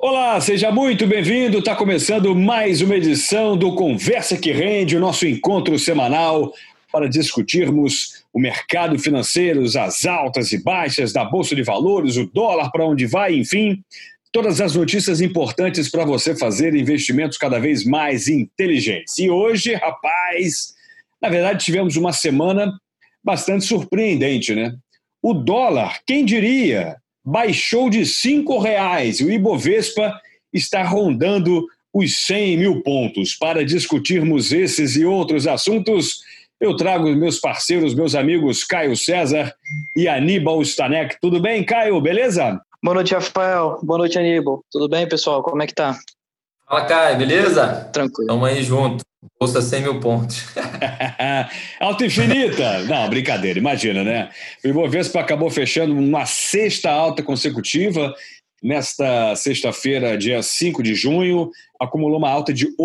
Olá, seja muito bem-vindo. Está começando mais uma edição do Conversa que Rende, o nosso encontro semanal para discutirmos o mercado financeiro, as altas e baixas da Bolsa de Valores, o dólar para onde vai, enfim, todas as notícias importantes para você fazer investimentos cada vez mais inteligentes. E hoje, rapaz, na verdade tivemos uma semana bastante surpreendente, né? O dólar, quem diria, baixou de R$ 5 e o Ibovespa está rondando os 100 mil pontos. Para discutirmos esses e outros assuntos, eu trago meus parceiros, meus amigos Caio César e Aníbal Stanek. Tudo bem, Caio? Beleza? Boa noite, Rafael. Boa noite, Aníbal. Tudo bem, pessoal? Como é que tá? Fala, Caio, beleza? Tranquilo. Tamo aí junto. Bolsa 100 mil pontos. Alta infinita! Não, brincadeira, imagina, né? O Ibovespa acabou fechando uma sexta alta consecutiva. Nesta sexta-feira, dia 5 de junho, acumulou uma alta de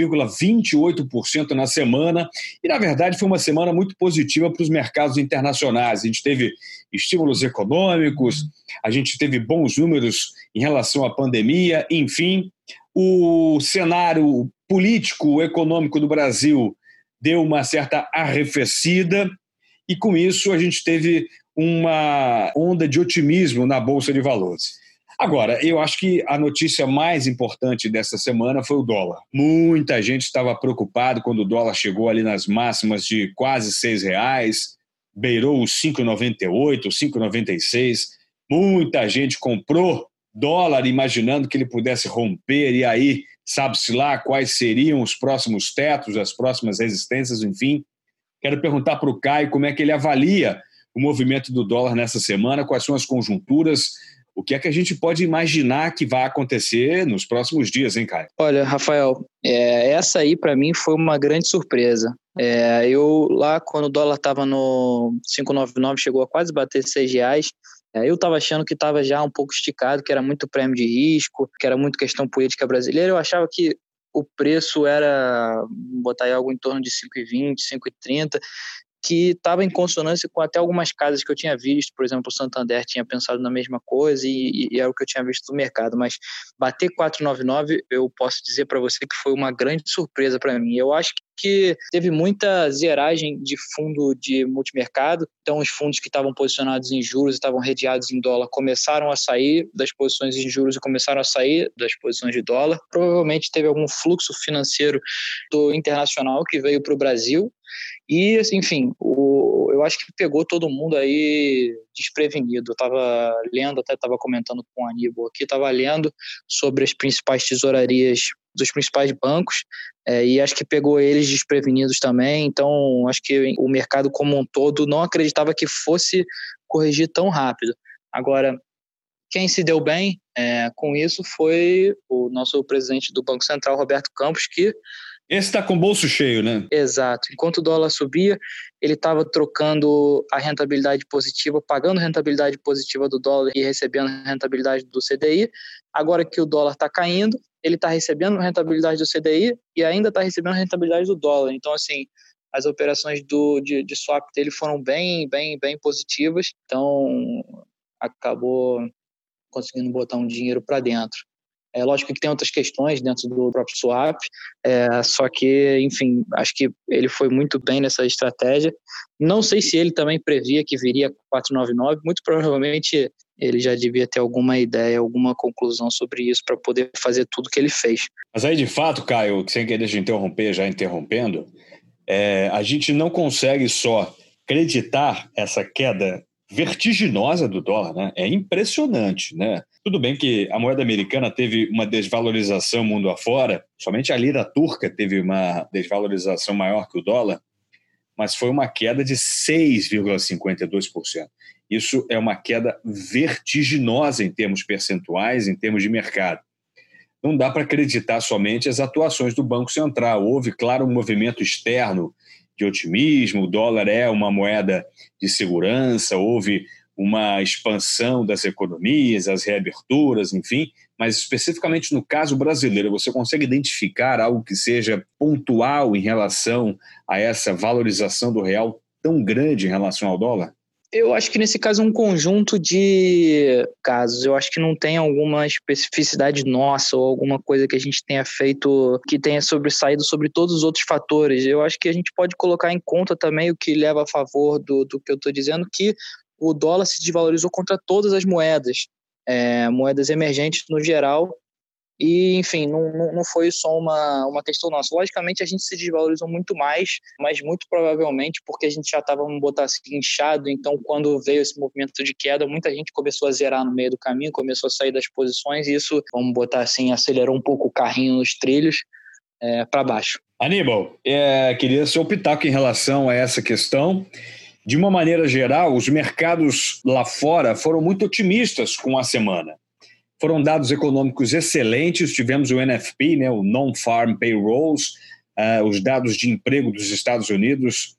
8,28% na semana. E, na verdade, foi uma semana muito positiva para os mercados internacionais. A gente teve estímulos econômicos, a gente teve bons números em relação à pandemia, enfim. O cenário político, econômico do Brasil deu uma certa arrefecida e, com isso, a gente teve uma onda de otimismo na Bolsa de Valores. Agora, eu acho que a notícia mais importante dessa semana foi o dólar. Muita gente estava preocupada quando o dólar chegou ali nas máximas de quase R$ 6, beirou os 5,98, 5,96. Muita gente comprou dólar imaginando que ele pudesse romper e aí sabe-se lá quais seriam os próximos tetos, as próximas resistências, enfim. Quero perguntar para o Caio como é que ele avalia o movimento do dólar nessa semana, quais são as conjunturas, o que é que a gente pode imaginar que vai acontecer nos próximos dias, hein, Caio? Olha, Rafael, essa aí para mim foi uma grande surpresa. Eu lá, quando o dólar estava no 5,99, chegou a quase bater R$ 6, eu estava achando que estava já um pouco esticado, que era muito prêmio de risco, que era muito questão política brasileira. Eu achava que o preço era, botar aí algo em torno de 5,20, 5,30, que estava em consonância com até algumas casas que eu tinha visto. Por exemplo, o Santander tinha pensado na mesma coisa e era o que eu tinha visto no mercado. Mas bater 4,99, eu posso dizer para você que foi uma grande surpresa para mim. Eu acho que teve muita zeragem de fundo de multimercado. Então, os fundos que estavam posicionados em juros e estavam redeados em dólar começaram a sair das posições em juros e começaram a sair das posições de dólar. Provavelmente teve algum fluxo financeiro do internacional que veio para o Brasil. E, enfim, eu acho que pegou todo mundo aí desprevenido. Eu estava lendo, até estava comentando com o Aníbal aqui, estava lendo sobre as principais tesourarias dos principais bancos, e acho que pegou eles desprevenidos também. Então, acho que o mercado como um todo não acreditava que fosse corrigir tão rápido. Agora, quem se deu bem com isso foi o nosso presidente do Banco Central, Roberto Campos, que esse está com o bolso cheio, né? Exato. Enquanto o dólar subia, ele estava trocando a rentabilidade positiva, pagando rentabilidade positiva do dólar e recebendo rentabilidade do CDI. Agora que o dólar está caindo, ele está recebendo rentabilidade do CDI e ainda está recebendo rentabilidade do dólar. Então, assim, as operações de swap dele foram bem positivas. Então, acabou conseguindo botar um dinheiro para dentro. É lógico que tem outras questões dentro do próprio swap, só que, enfim, acho que ele foi muito bem nessa estratégia. Não sei se ele também previa que viria 4,99, muito provavelmente ele já devia ter alguma ideia, alguma conclusão sobre isso para poder fazer tudo que ele fez. Mas aí, de fato, Caio, sem querer te interromper, já interrompendo, a gente não consegue só acreditar essa queda vertiginosa do dólar, né? É impressionante, né? Tudo bem que a moeda americana teve uma desvalorização mundo afora, somente a lira turca teve uma desvalorização maior que o dólar, mas foi uma queda de 6,52%. Isso é uma queda vertiginosa em termos percentuais, em termos de mercado. Não dá para acreditar somente as atuações do Banco Central. Houve, claro, um movimento externo de otimismo, o dólar é uma moeda de segurança, houve uma expansão das economias, as reaberturas, enfim, mas especificamente no caso brasileiro, você consegue identificar algo que seja pontual em relação a essa valorização do real tão grande em relação ao dólar? Eu acho que nesse caso é um conjunto de casos. Eu acho que não tem alguma especificidade nossa ou alguma coisa que a gente tenha feito que tenha sobressaído sobre todos os outros fatores. Eu acho que a gente pode colocar em conta também o que leva a favor do que eu estou dizendo, que o dólar se desvalorizou contra todas as moedas, moedas emergentes no geral. E, enfim, não foi só uma questão nossa. Logicamente, a gente se desvalorizou muito mais, mas muito provavelmente porque a gente já estava, vamos botar assim, inchado. Então, quando veio esse movimento de queda, muita gente começou a zerar no meio do caminho, começou a sair das posições e isso, vamos botar assim, acelerou um pouco o carrinho nos trilhos para baixo. Aníbal, queria seu pitaco em relação a essa questão. De uma maneira geral, os mercados lá fora foram muito otimistas com a semana. Foram dados econômicos excelentes, tivemos o NFP, né, o Non-Farm Payrolls, os dados de emprego dos Estados Unidos,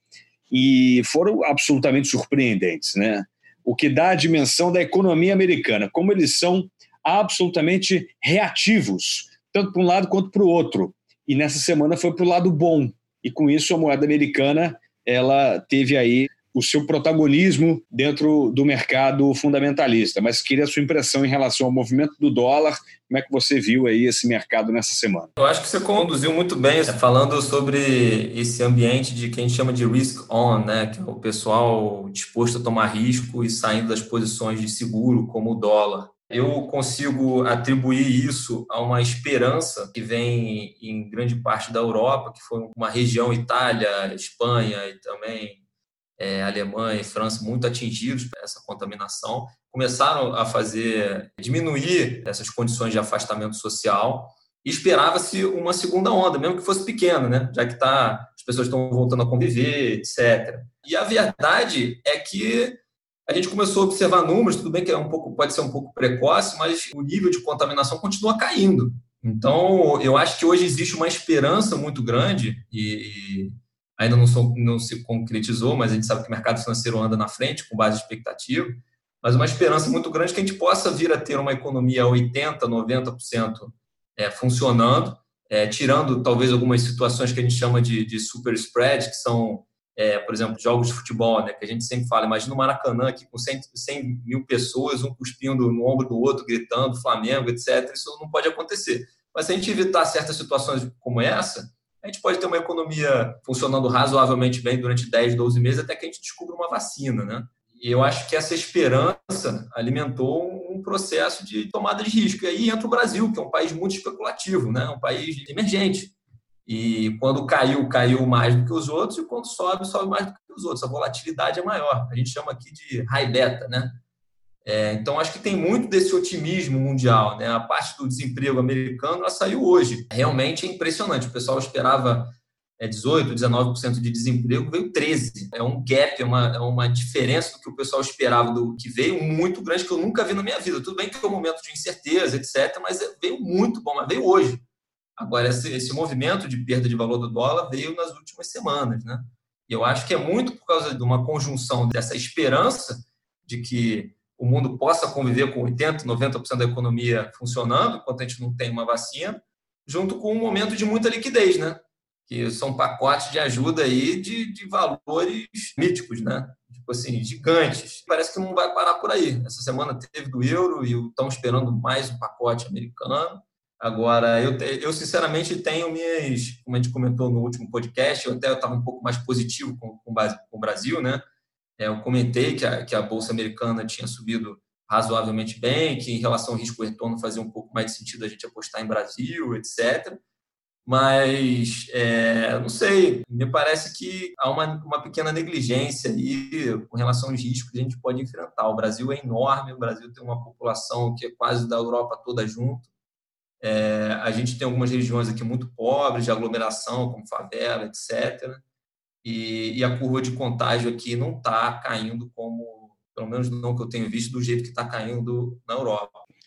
e foram absolutamente surpreendentes, né? O que dá a dimensão da economia americana, como eles são absolutamente reativos, tanto para um lado quanto para o outro. E nessa semana foi para o lado bom, e com isso a moeda americana ela teve aí o seu protagonismo dentro do mercado fundamentalista, mas queria a sua impressão em relação ao movimento do dólar, como é que você viu aí esse mercado nessa semana? Eu acho que você conduziu muito bem, falando sobre esse ambiente de que a gente chama de risk on, né, que é o pessoal disposto a tomar risco e saindo das posições de seguro, como o dólar. Eu consigo atribuir isso a uma esperança que vem em grande parte da Europa, que foi uma região, Itália, Espanha e também Alemanha e França, muito atingidos por essa contaminação, começaram a diminuir essas condições de afastamento social e esperava-se uma segunda onda, mesmo que fosse pequena, né? Já que as pessoas estão voltando a conviver, etc. E a verdade é que a gente começou a observar números, tudo bem que pode ser um pouco precoce, mas o nível de contaminação continua caindo. Então, eu acho que hoje existe uma esperança muito grande e ainda não se concretizou, mas a gente sabe que o mercado financeiro anda na frente, com base em expectativa, mas uma esperança muito grande que a gente possa vir a ter uma economia 80%, 90% funcionando, tirando talvez algumas situações que a gente chama de super spread, que são, por exemplo, jogos de futebol, né, que a gente sempre fala, imagina o Maracanã aqui com 100 mil pessoas, um cuspindo no ombro do outro, gritando Flamengo, etc. Isso não pode acontecer. Mas se a gente evitar certas situações como essa, a gente pode ter uma economia funcionando razoavelmente bem durante 10, 12 meses até que a gente descubra uma vacina, né? E eu acho que essa esperança alimentou um processo de tomada de risco. E aí entra o Brasil, que é um país muito especulativo, né? Um país emergente. E quando caiu mais do que os outros, e quando sobe mais do que os outros. A volatilidade é maior. A gente chama aqui de high beta, né? Então, acho que tem muito desse otimismo mundial, né? A parte do desemprego americano ela saiu hoje. Realmente é impressionante. O pessoal esperava 18%, 19% de desemprego, veio 13%. É um gap, é uma diferença do que o pessoal esperava, do que veio muito grande, que eu nunca vi na minha vida. Tudo bem que é um momento de incerteza, etc., mas veio muito bom, mas veio hoje. Agora, esse movimento de perda de valor do dólar veio nas últimas semanas, né? E eu acho que é muito por causa de uma conjunção dessa esperança de que o mundo possa conviver com 80%, 90% da economia funcionando, enquanto a gente não tem uma vacina, junto com um momento de muita liquidez, né? Que são pacotes de ajuda aí de valores míticos, né? Tipo assim, gigantes. Parece que não vai parar por aí. Essa semana teve do euro e estão esperando mais um pacote americano. Agora, eu sinceramente tenho como a gente comentou no último podcast, eu estava um pouco mais positivo com o Brasil, né? Eu comentei que a Bolsa Americana tinha subido razoavelmente bem, que em relação ao risco-retorno fazia um pouco mais de sentido a gente apostar em Brasil, etc. Mas, não sei, me parece que há uma pequena negligência aí com relação aos riscos que a gente pode enfrentar. O Brasil é enorme, o Brasil tem uma população que é quase da Europa toda junto. A gente tem algumas regiões aqui muito pobres, de aglomeração, como favela, etc., e a curva de contágio aqui não está caindo pelo menos não que eu tenho visto, do jeito que está caindo na Europa.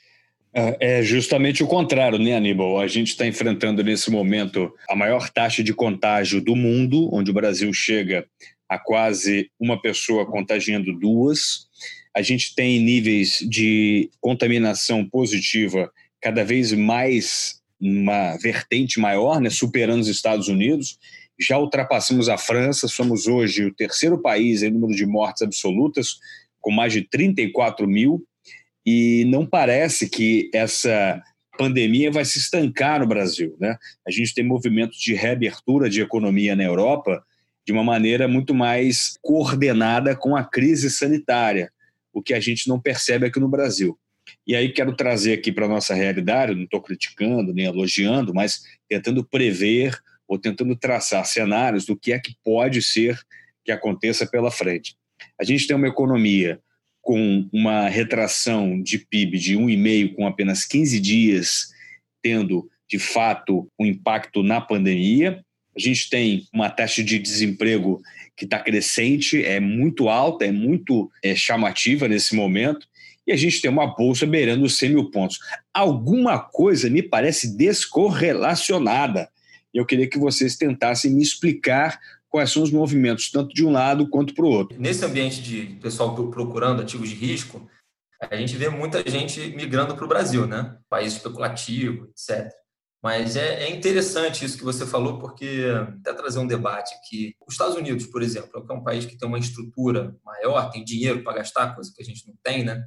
É justamente o contrário, né, Aníbal? A gente está enfrentando nesse momento a maior taxa de contágio do mundo, onde o Brasil chega a quase uma pessoa contagiando duas. A gente tem níveis de contaminação positiva cada vez mais, uma vertente maior, né, superando os Estados Unidos. já ultrapassamos a França, somos hoje o terceiro país em número de mortes absolutas, com mais de 34 mil, e não parece que essa pandemia vai se estancar no Brasil, né? A gente tem movimentos de reabertura de economia na Europa de uma maneira muito mais coordenada com a crise sanitária, o que a gente não percebe aqui no Brasil. E aí quero trazer aqui para a nossa realidade, não estou criticando nem elogiando, mas tentando prever ou tentando traçar cenários do que é que pode ser que aconteça pela frente. A gente tem uma economia com uma retração de PIB de 1,5% com apenas 15 dias, tendo, de fato, um impacto na pandemia. A gente tem uma taxa de desemprego que está crescente, é muito alta, é muito chamativa nesse momento, e a gente tem uma bolsa beirando os 100 mil pontos. Alguma coisa me parece descorrelacionada. Eu queria que vocês tentassem me explicar quais são os movimentos, tanto de um lado quanto para o outro. Nesse ambiente de pessoal procurando ativos de risco, a gente vê muita gente migrando para o Brasil, né? País especulativo, etc. Mas é interessante isso que você falou, porque até trazer um debate aqui. Os Estados Unidos, por exemplo, é um país que tem uma estrutura maior, tem dinheiro para gastar, coisa que a gente não tem, né?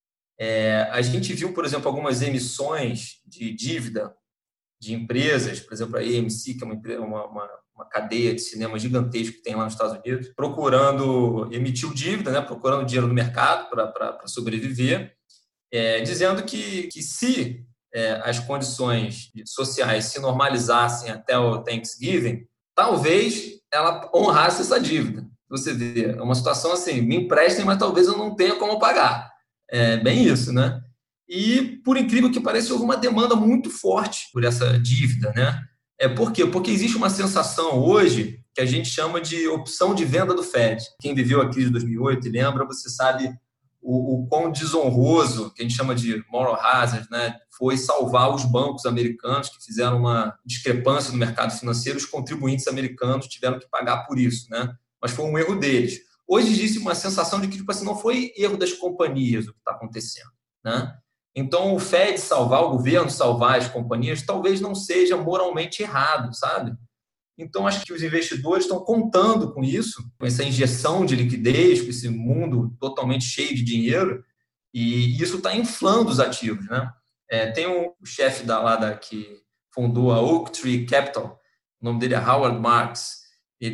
A gente viu, por exemplo, algumas emissões de dívida de empresas, por exemplo, a AMC, que é uma cadeia de cinema gigantesca que tem lá nos Estados Unidos, procurando, emitiu dívida, né, procurando dinheiro no mercado para sobreviver, dizendo que se as condições sociais se normalizassem até o Thanksgiving, talvez ela honrasse essa dívida. Você vê, é uma situação assim, me emprestem, mas talvez eu não tenha como pagar. É bem isso, né? E, por incrível que pareça, houve uma demanda muito forte por essa dívida, né? Por quê? Porque existe uma sensação hoje que a gente chama de opção de venda do Fed. Quem viveu a crise de 2008 e lembra, você sabe o quão desonroso, que a gente chama de moral hazard, né? Foi salvar os bancos americanos que fizeram uma discrepância no mercado financeiro, os contribuintes americanos tiveram que pagar por isso, né? Mas foi um erro deles. Hoje existe uma sensação de que tipo assim, não foi erro das companhias o que está acontecendo, né? Então, o Fed salvar, o governo salvar as companhias, talvez não seja moralmente errado, sabe? Então, acho que os investidores estão contando com isso, com essa injeção de liquidez, com esse mundo totalmente cheio de dinheiro, e isso está inflando os ativos, né? Tem um chefe que fundou a Oak Tree Capital, o nome dele é Howard Marks.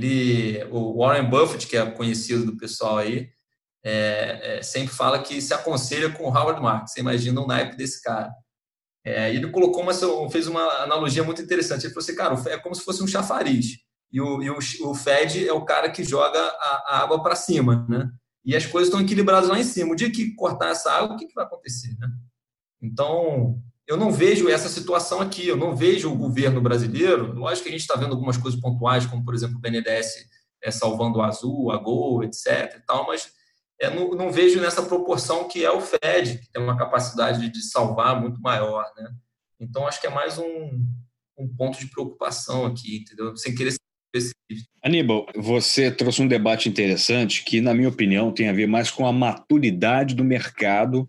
O Warren Buffett, que é conhecido do pessoal aí, sempre fala que se aconselha com o Howard Marks. Você imagina o naipe desse cara. Ele fez uma analogia muito interessante. Ele falou assim, cara, é como se fosse um chafariz. E o Fed é o cara que joga a água para cima, né? E as coisas estão equilibradas lá em cima. O dia que cortar essa água, o que vai acontecer, né? Então, eu não vejo essa situação aqui. Eu não vejo o governo brasileiro. Lógico que a gente está vendo algumas coisas pontuais, como, por exemplo, o BNDES salvando o Azul, a Gol, etc. E tal, mas não vejo nessa proporção que é o Fed, que tem uma capacidade de salvar muito maior, né? Então, acho que é mais um ponto de preocupação aqui, entendeu? Sem querer ser específico. Aníbal, você trouxe um debate interessante que, na minha opinião, tem a ver mais com a maturidade do mercado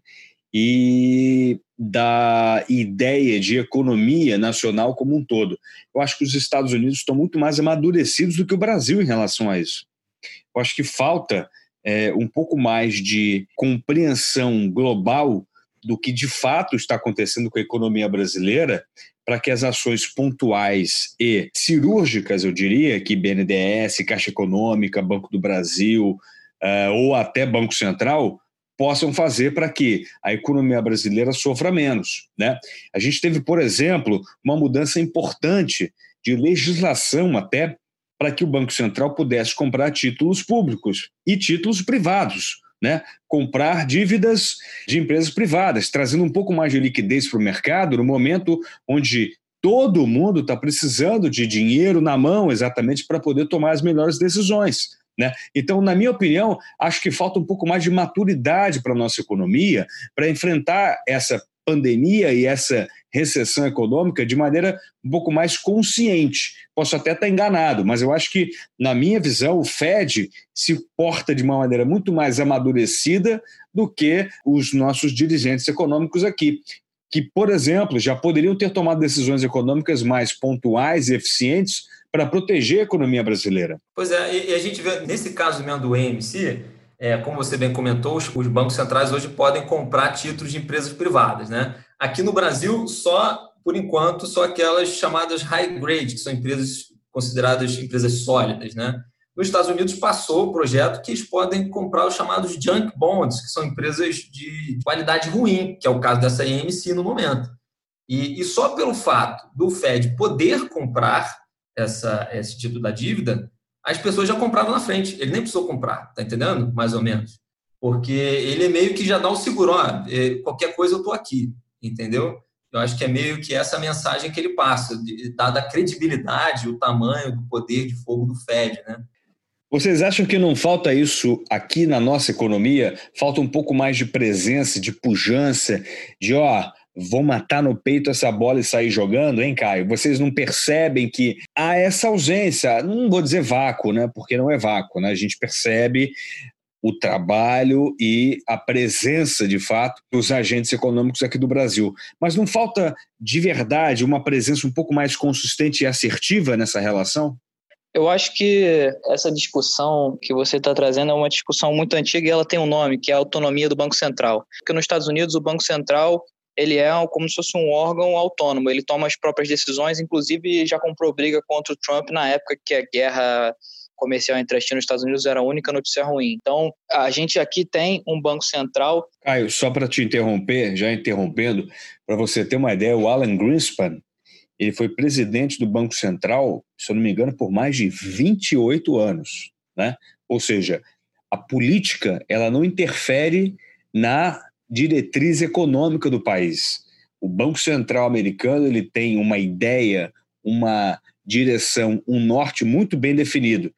e da ideia de economia nacional como um todo. Eu acho que os Estados Unidos estão muito mais amadurecidos do que o Brasil em relação a isso. Eu acho que falta um pouco mais de compreensão global do que de fato está acontecendo com a economia brasileira, para que as ações pontuais e cirúrgicas, eu diria, que BNDES, Caixa Econômica, Banco do Brasil ou até Banco Central possam fazer para que a economia brasileira sofra menos, né? A gente teve, por exemplo, uma mudança importante de legislação até para que o Banco Central pudesse comprar títulos públicos e títulos privados, né? Comprar dívidas de empresas privadas, trazendo um pouco mais de liquidez para o mercado no momento onde todo mundo está precisando de dinheiro na mão exatamente para poder tomar as melhores decisões, né? Então, na minha opinião, acho que falta um pouco mais de maturidade para a nossa economia para enfrentar essa pandemia e essa recessão econômica de maneira um pouco mais consciente. Posso até estar enganado, mas eu acho que, na minha visão, o Fed se porta de uma maneira muito mais amadurecida do que os nossos dirigentes econômicos aqui, que, por exemplo, já poderiam ter tomado decisões econômicas mais pontuais e eficientes para proteger a economia brasileira. Pois é, e a gente vê, nesse caso mesmo do EMC, como você bem comentou, os bancos centrais hoje podem comprar títulos de empresas privadas, né? Aqui no Brasil, por enquanto, só aquelas chamadas high grade, que são empresas consideradas empresas sólidas, né? Nos Estados Unidos passou o projeto que eles podem comprar os chamados junk bonds, que são empresas de qualidade ruim, que é o caso dessa EMC no momento. E só pelo fato do Fed poder comprar esse título da dívida, as pessoas já compraram na frente. Ele nem precisou comprar, tá entendendo? Mais ou menos. Porque ele meio que já dá o seguro, qualquer coisa eu estou aqui, entendeu? Eu acho que é meio que essa mensagem que ele passa, dada a credibilidade, o tamanho do poder de fogo do Fed, né? Vocês acham que não falta isso aqui na nossa economia? Falta um pouco mais de presença, de pujança, de vou matar no peito essa bola e sair jogando, hein, Caio? Vocês não percebem que há essa ausência, não vou dizer vácuo, né? Porque não é vácuo, né? A gente percebe o trabalho e a presença, de fato, dos agentes econômicos aqui do Brasil. Mas não falta, de verdade, uma presença um pouco mais consistente e assertiva nessa relação? Eu acho que essa discussão que você está trazendo é uma discussão muito antiga e ela tem um nome, que é a autonomia do Banco Central. Porque nos Estados Unidos, o Banco Central ele é como se fosse um órgão autônomo, ele toma as próprias decisões, inclusive já comprou briga contra o Trump na época que a guerra comercial entre a China e os Estados Unidos era a única notícia ruim. Então, a gente aqui tem um Banco Central... Caio, só para te interromper, já interrompendo, para você ter uma ideia, o Alan Greenspan, ele foi presidente do Banco Central, se eu não me engano, por mais de 28 anos, né? Ou seja, a política ela não interfere na diretriz econômica do país. O Banco Central americano ele tem uma ideia, uma direção, um norte muito bem definido.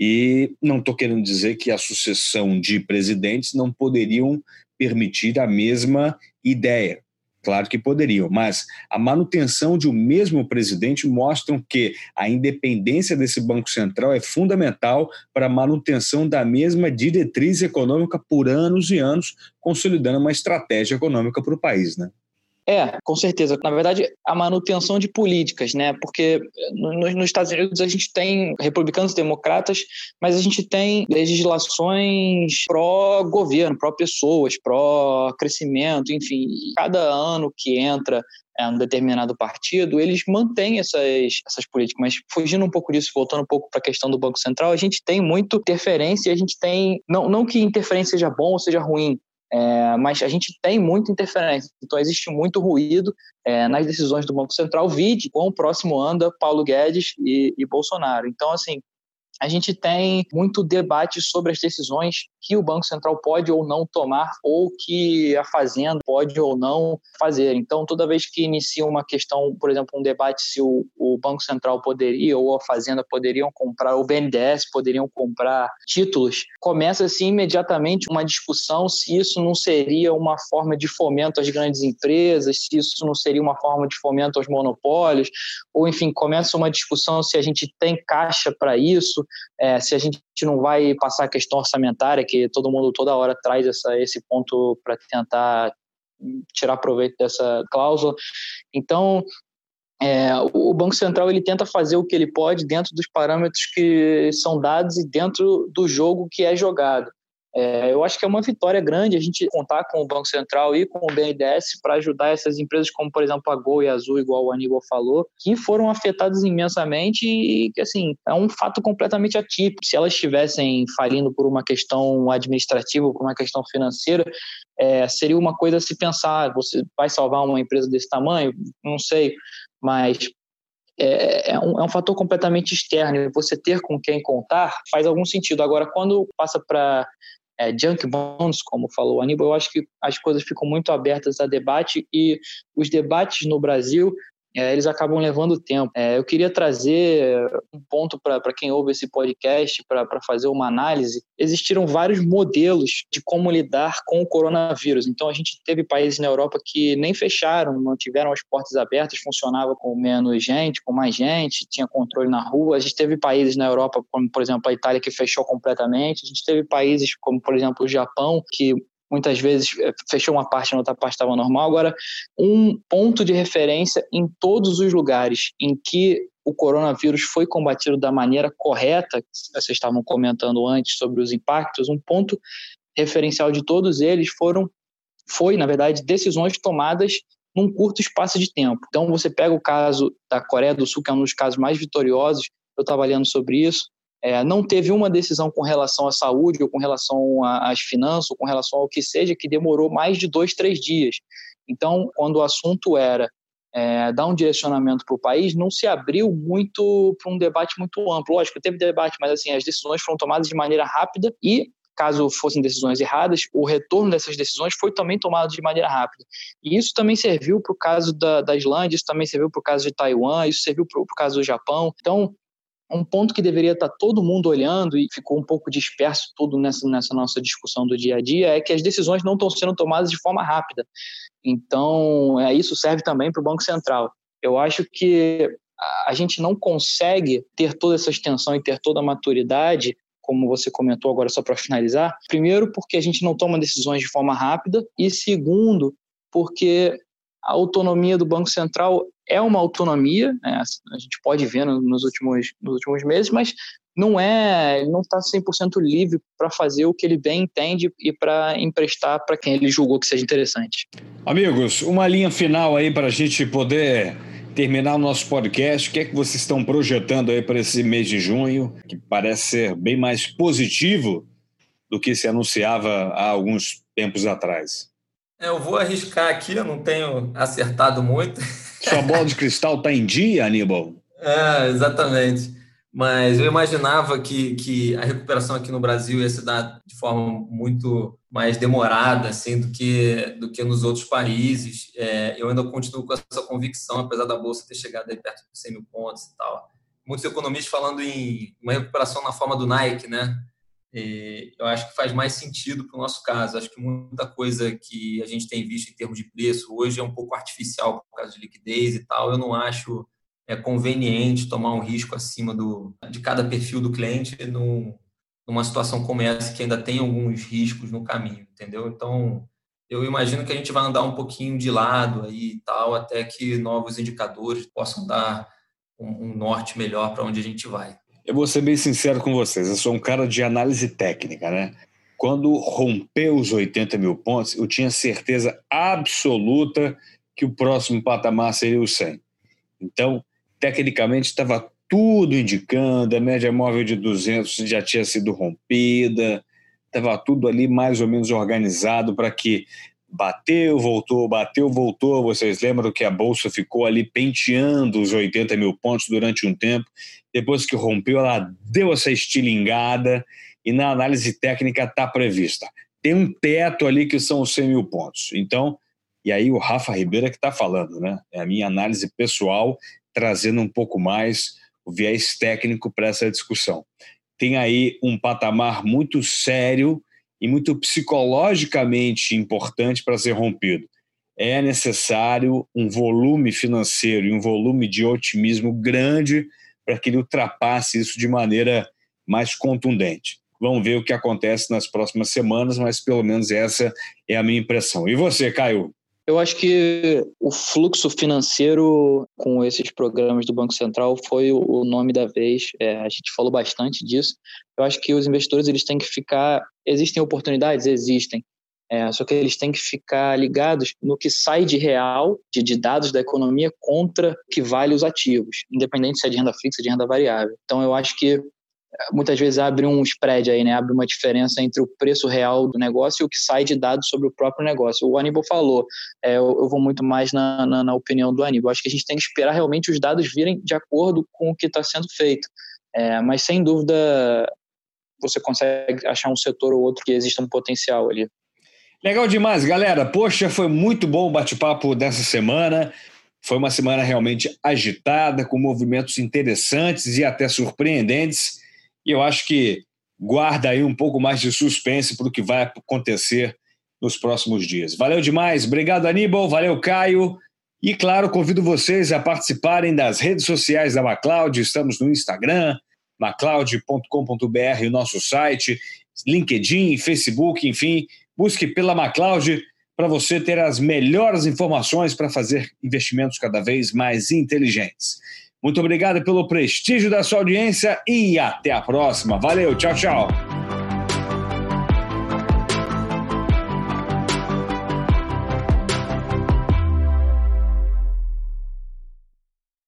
E não estou querendo dizer que a sucessão de presidentes não poderiam permitir a mesma ideia. Claro que poderiam, mas a manutenção de um mesmo presidente mostram que a independência desse Banco Central é fundamental para a manutenção da mesma diretriz econômica por anos e anos, consolidando uma estratégia econômica para o país, né? Com certeza. Na verdade, a manutenção de políticas, né? Porque nos Estados Unidos a gente tem republicanos e democratas, mas a gente tem legislações pró-governo, pró-pessoas, pró-crescimento, enfim. Cada ano que entra um determinado partido, eles mantêm essas políticas. Mas fugindo um pouco disso, voltando um pouco para a questão do Banco Central, a gente tem muito interferência, a gente tem... Não que interferência seja bom ou seja ruim, mas a gente tem muita interferência, então existe muito ruído nas decisões do Banco Central, vide quão próximo anda Paulo Guedes e Bolsonaro. Então, assim, a gente tem muito debate sobre as decisões que o Banco Central pode ou não tomar ou que a Fazenda pode ou não fazer. Então, toda vez que inicia uma questão, por exemplo, um debate se o Banco Central poderia ou a Fazenda poderiam comprar, o BNDES poderiam comprar títulos, começa-se imediatamente uma discussão se isso não seria uma forma de fomento às grandes empresas, se isso não seria uma forma de fomento aos monopólios, ou, enfim, começa uma discussão se a gente tem caixa para isso, se a gente não vai passar a questão orçamentária, que todo mundo toda hora traz esse ponto para tentar tirar proveito dessa cláusula. Então, o Banco Central ele tenta fazer o que ele pode dentro dos parâmetros que são dados e dentro do jogo que é jogado. Eu acho que é uma vitória grande a gente contar com o Banco Central e com o BNDES para ajudar essas empresas como, por exemplo, a Gol e a Azul, igual o Aníbal falou, que foram afetadas imensamente e que, assim, é um fato completamente atípico. Se elas estivessem falindo por uma questão administrativa, por uma questão financeira, seria uma coisa a se pensar, você vai salvar uma empresa desse tamanho? Não sei, mas... É um fator completamente externo e você ter com quem contar faz algum sentido. Agora, quando passa para junk bonds, como falou o Aníbal, eu acho que as coisas ficam muito abertas a debate e os debates no Brasil eles acabam levando tempo. Eu queria trazer um ponto para quem ouve esse podcast, para fazer uma análise. Existiram vários modelos de como lidar com o coronavírus. Então, a gente teve países na Europa que nem fecharam, não tiveram as portas abertas, funcionava com menos gente, com mais gente, tinha controle na rua. A gente teve países na Europa, como, por exemplo, a Itália, que fechou completamente. A gente teve países como, por exemplo, o Japão, que muitas vezes fechou uma parte, na outra parte estava normal. Agora, um ponto de referência em todos os lugares em que o coronavírus foi combatido da maneira correta, vocês estavam comentando antes sobre os impactos, um ponto referencial de todos eles foi, na verdade, decisões tomadas num curto espaço de tempo. Então, você pega o caso da Coreia do Sul, que é um dos casos mais vitoriosos, eu estava lendo sobre isso, não teve uma decisão com relação à saúde, ou com relação às finanças, ou com relação ao que seja, que demorou mais de 2, 3 dias. Então, quando o assunto era dar um direcionamento para o país, não se abriu muito para um debate muito amplo. Lógico, teve debate, mas assim, as decisões foram tomadas de maneira rápida e, caso fossem decisões erradas, o retorno dessas decisões foi também tomado de maneira rápida. E isso também serviu para o caso da Islândia, isso também serviu para o caso de Taiwan, isso serviu para o caso do Japão. Então, um ponto que deveria estar todo mundo olhando e ficou um pouco disperso tudo nessa nossa discussão do dia a dia é que as decisões não estão sendo tomadas de forma rápida. Então, isso serve também para o Banco Central. Eu acho que a gente não consegue ter toda essa extensão e ter toda a maturidade, como você comentou agora, só para finalizar. Primeiro, porque a gente não toma decisões de forma rápida, e segundo, porque a autonomia do Banco Central é uma autonomia, né? A gente pode ver nos últimos meses, mas não está 100% livre para fazer o que ele bem entende e para emprestar para quem ele julgou que seja interessante. Amigos, uma linha final aí para a gente poder terminar o nosso podcast. O que é que vocês estão projetando aí para esse mês de junho, que parece ser bem mais positivo do que se anunciava há alguns tempos atrás? Eu vou arriscar aqui, eu não tenho acertado muito. Sua bola de cristal está em dia, Aníbal? Exatamente. Mas eu imaginava que a recuperação aqui no Brasil ia se dar de forma muito mais demorada assim, do que nos outros países. Eu ainda continuo com essa convicção, apesar da Bolsa ter chegado aí perto de 100 mil pontos e tal. Muitos economistas falando em uma recuperação na forma do Nike, né? Eu acho que faz mais sentido para o nosso caso. Acho que muita coisa que a gente tem visto em termos de preço hoje é um pouco artificial por causa de liquidez e tal. Eu não acho conveniente tomar um risco acima de cada perfil do cliente numa situação como essa, que ainda tem alguns riscos no caminho, entendeu? Então, eu imagino que a gente vai andar um pouquinho de lado aí e tal, até que novos indicadores possam dar um norte melhor para onde a gente vai. Eu vou ser bem sincero com vocês, eu sou um cara de análise técnica, né? Quando rompeu os 80 mil pontos, eu tinha certeza absoluta que o próximo patamar seria o 100. Então, tecnicamente, estava tudo indicando, a média móvel de 200 já tinha sido rompida, estava tudo ali mais ou menos organizado para que bateu, voltou, vocês lembram que a Bolsa ficou ali penteando os 80 mil pontos durante um tempo, depois que rompeu ela deu essa estilingada e na análise técnica está prevista. Tem um teto ali que são os 100 mil pontos. Então, e aí o Rafa Ribeiro é que está falando, né? É a minha análise pessoal, trazendo um pouco mais o viés técnico para essa discussão. Tem aí um patamar muito sério e muito psicologicamente importante para ser rompido. É necessário um volume financeiro e um volume de otimismo grande para que ele ultrapasse isso de maneira mais contundente. Vamos ver o que acontece nas próximas semanas, mas pelo menos essa é a minha impressão. E você, Caio? Eu acho que o fluxo financeiro com esses programas do Banco Central foi o nome da vez. A gente falou bastante disso. Eu acho que os investidores eles têm que ficar... Existem oportunidades? Existem. Só que eles têm que ficar ligados no que sai de real, de dados da economia, contra o que vale os ativos, independente se é de renda fixa ou de renda variável. Então, eu acho que muitas vezes abre um spread aí, né? Abre uma diferença entre o preço real do negócio e o que sai de dados sobre o próprio negócio. O Aníbal falou, eu vou muito mais na opinião do Aníbal. Acho que a gente tem que esperar realmente os dados virem de acordo com o que está sendo feito. Mas, sem dúvida, você consegue achar um setor ou outro que exista um potencial ali. Legal demais, galera. Poxa, foi muito bom o bate-papo dessa semana. Foi uma semana realmente agitada, com movimentos interessantes e até surpreendentes. E eu acho que guarda aí um pouco mais de suspense para o que vai acontecer nos próximos dias. Valeu demais. Obrigado, Aníbal. Valeu, Caio. E, claro, convido vocês a participarem das redes sociais da MacLeod. Estamos no Instagram, macleod.com.br, o nosso site, LinkedIn, Facebook, enfim. Busque pela MacLeod para você ter as melhores informações para fazer investimentos cada vez mais inteligentes. Muito obrigado pelo prestígio da sua audiência e até a próxima. Valeu, tchau, tchau.